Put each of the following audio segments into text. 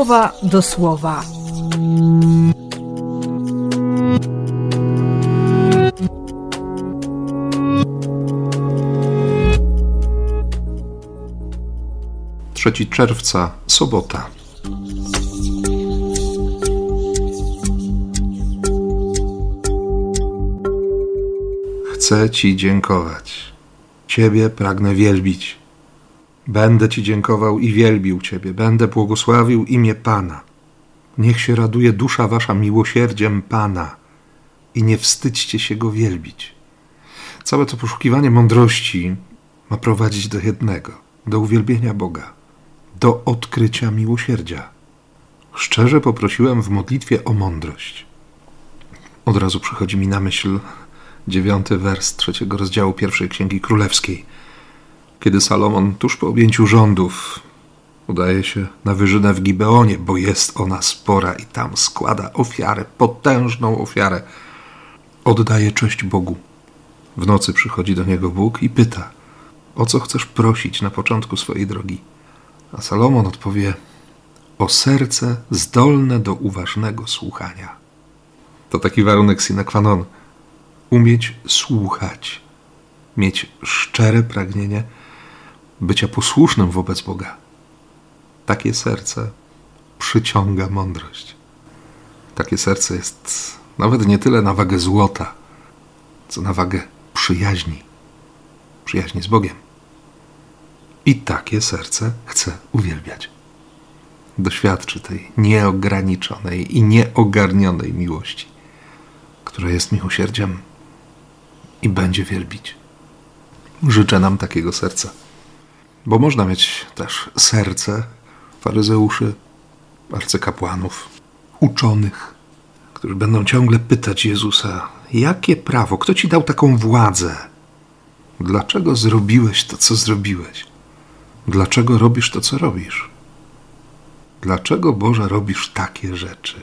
słowa do słowa. Trzeci czerwca, sobota. Chcę Ci dziękować. Ciebie pragnę wielbić. Będę Ci dziękował i wielbił Ciebie. Będę błogosławił imię Pana. Niech się raduje dusza Wasza miłosierdziem Pana i nie wstydźcie się Go wielbić. Całe to poszukiwanie mądrości ma prowadzić do jednego, do uwielbienia Boga, do odkrycia miłosierdzia. Szczerze poprosiłem w modlitwie o mądrość. Od razu przychodzi mi na myśl 9 wers 3 rozdziału 1 Księgi Królewskiej, kiedy Salomon tuż po objęciu rządów udaje się na wyżynę w Gibeonie, bo jest ona spora i tam składa ofiarę, potężną ofiarę. Oddaje cześć Bogu. W nocy przychodzi do niego Bóg i pyta, o co chcesz prosić na początku swojej drogi? A Salomon odpowie, o serce zdolne do uważnego słuchania. To taki warunek sine qua non. Umieć słuchać, mieć szczere pragnienie bycia posłusznym wobec Boga. Takie serce przyciąga mądrość. Takie serce jest nawet nie tyle na wagę złota, co na wagę przyjaźni. Przyjaźni z Bogiem. I takie serce chce uwielbiać. Doświadczy tej nieograniczonej i nieogarnionej miłości, która jest miłosierdziem i będzie wielbić. Życzę nam takiego serca. Bo można mieć też serce faryzeuszy, arcykapłanów, uczonych, którzy będą ciągle pytać Jezusa, jakie prawo, kto Ci dał taką władzę? Dlaczego zrobiłeś to, co zrobiłeś? Dlaczego robisz to, co robisz? Dlaczego, Boże, robisz takie rzeczy?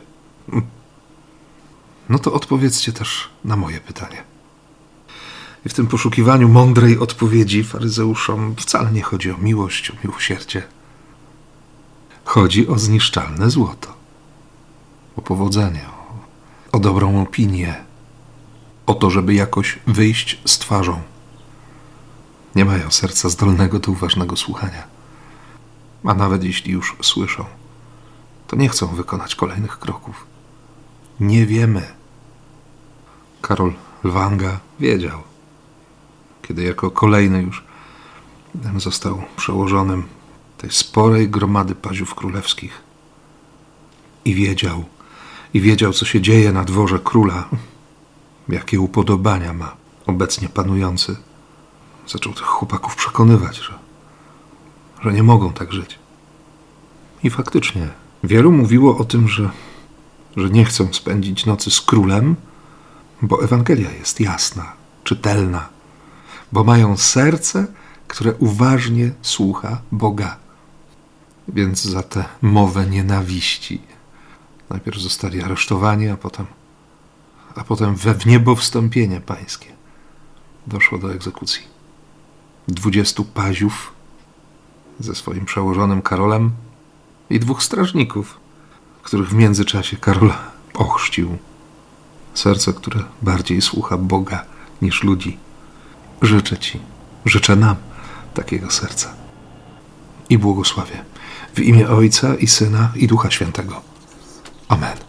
No to odpowiedzcie też na moje pytanie. I w tym poszukiwaniu mądrej odpowiedzi faryzeuszom wcale nie chodzi o miłość, o miłosierdzie. Chodzi o zniszczalne złoto, o powodzenie, o dobrą opinię, o to, żeby jakoś wyjść z twarzą. Nie mają serca zdolnego do uważnego słuchania. A nawet jeśli już słyszą, to nie chcą wykonać kolejnych kroków. Nie wiemy. Karol Lwanga wiedział, kiedy jako kolejny już został przełożonym tej sporej gromady paziów królewskich. I wiedział, co się dzieje na dworze króla, jakie upodobania ma obecnie panujący. Zaczął tych chłopaków przekonywać, że nie mogą tak żyć. I faktycznie wielu mówiło o tym, że nie chcą spędzić nocy z królem, bo Ewangelia jest jasna, czytelna, bo mają serce, które uważnie słucha Boga. Więc za tę mowę nienawiści najpierw zostali aresztowani, a potem w niebowstąpienie pańskie doszło do egzekucji. 20 paziów ze swoim przełożonym Karolem i 2 strażników, których w międzyczasie Karol ochrzcił. Serce, które bardziej słucha Boga niż ludzi. Życzę nam takiego serca. I błogosławię w imię Ojca i Syna i Ducha Świętego. Amen.